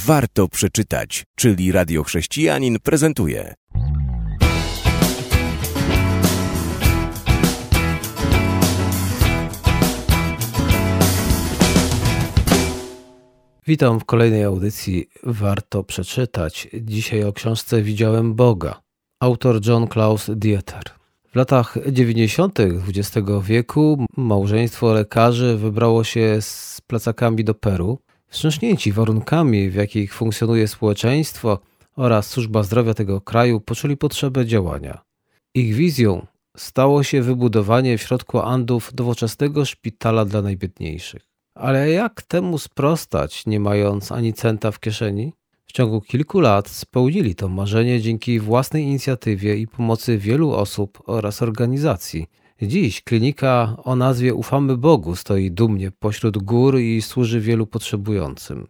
warto przeczytać, czyli Radio Chrześcijanin prezentuje. Witam w kolejnej audycji Warto przeczytać. Dzisiaj o książce Widziałem Boga. Autor John Klaus Dieter. W latach 90. XX wieku małżeństwo lekarzy wybrało się z plecakami do Peru. Wstrząśnięci warunkami, w jakich funkcjonuje społeczeństwo oraz służba zdrowia tego kraju, poczuli potrzebę działania. Ich wizją stało się wybudowanie w środku Andów nowoczesnego szpitala dla najbiedniejszych. Ale jak temu sprostać, nie mając ani centa w kieszeni? W ciągu kilku lat spełnili to marzenie dzięki własnej inicjatywie i pomocy wielu osób oraz organizacji. Dziś klinika o nazwie Ufamy Bogu stoi dumnie pośród gór i służy wielu potrzebującym.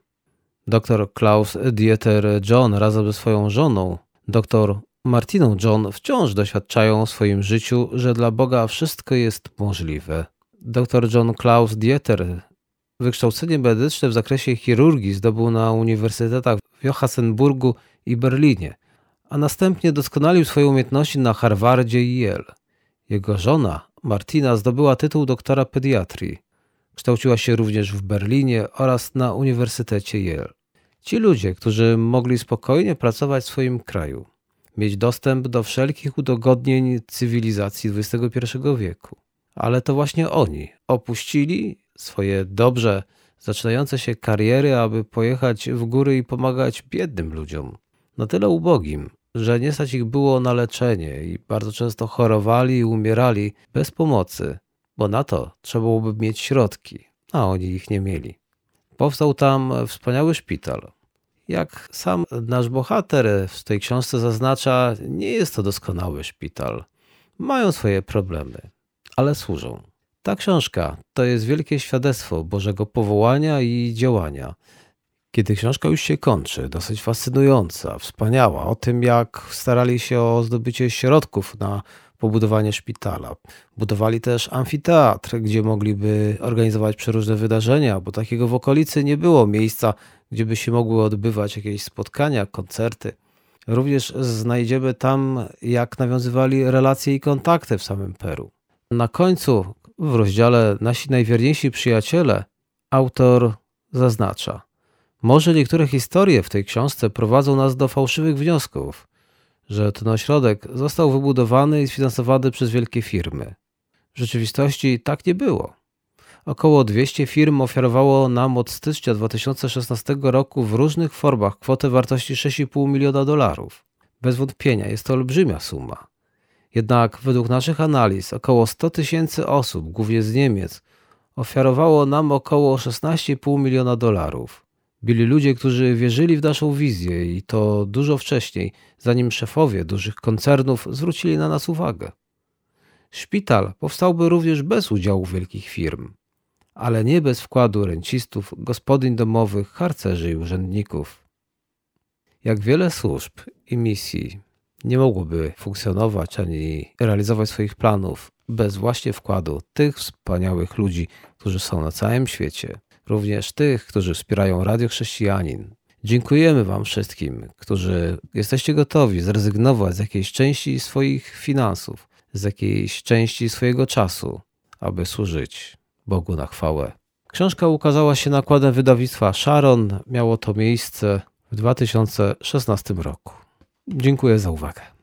Dr Klaus Dieter John razem ze swoją żoną, dr Martiną John, wciąż doświadczają w swoim życiu, że dla Boga wszystko jest możliwe. Dr John Klaus Dieter wykształcenie medyczne w zakresie chirurgii zdobył na uniwersytetach w Johannesburgu i Berlinie, a następnie doskonalił swoje umiejętności na Harvardzie i Yale. Jego żona, Martina, zdobyła tytuł doktora pediatrii. Kształciła się również w Berlinie oraz na Uniwersytecie Yale. Ci ludzie, którzy mogli spokojnie pracować w swoim kraju, mieć dostęp do wszelkich udogodnień cywilizacji XXI wieku. Ale to właśnie oni opuścili swoje dobrze zaczynające się kariery, aby pojechać w góry i pomagać biednym ludziom. Na tyle ubogim, że nie stać ich było na leczenie i bardzo często chorowali i umierali bez pomocy, bo na to trzeba byłoby mieć środki, a oni ich nie mieli. Powstał tam wspaniały szpital. Jak sam nasz bohater w tej książce zaznacza, nie jest to doskonały szpital. Mają swoje problemy, ale służą. Ta książka to jest wielkie świadectwo Bożego powołania i działania. Kiedy książka już się kończy, dosyć fascynująca, wspaniała, o tym jak starali się o zdobycie środków na pobudowanie szpitala. Budowali też amfiteatr, gdzie mogliby organizować przeróżne wydarzenia, bo takiego w okolicy nie było miejsca, gdzie by się mogły odbywać jakieś spotkania, koncerty. Również znajdziemy tam, jak nawiązywali relacje i kontakty w samym Peru. Na końcu, w rozdziale Nasi najwierniejsi przyjaciele, autor zaznacza: może niektóre historie w tej książce prowadzą nas do fałszywych wniosków, że ten ośrodek został wybudowany i sfinansowany przez wielkie firmy. W rzeczywistości tak nie było. Około 200 firm ofiarowało nam od stycznia 2016 roku w różnych formach kwotę wartości $6,5 miliona. Bez wątpienia jest to olbrzymia suma. Jednak według naszych analiz około 100 000 osób, głównie z Niemiec, ofiarowało nam około $16,5 miliona. Byli ludzie, którzy wierzyli w naszą wizję i to dużo wcześniej, zanim szefowie dużych koncernów zwrócili na nas uwagę. Szpital powstałby również bez udziału wielkich firm, ale nie bez wkładu rencistów, gospodyń domowych, harcerzy i urzędników. Jak wiele służb i misji nie mogłoby funkcjonować ani realizować swoich planów bez właśnie wkładu tych wspaniałych ludzi, którzy są na całym świecie. Również tych, którzy wspierają Radio Chrześcijanin. Dziękujemy Wam wszystkim, którzy jesteście gotowi zrezygnować z jakiejś części swoich finansów, z jakiejś części swojego czasu, aby służyć Bogu na chwałę. Książka ukazała się nakładem wydawnictwa Sharon. Miało to miejsce w 2016 roku. Dziękuję za uwagę.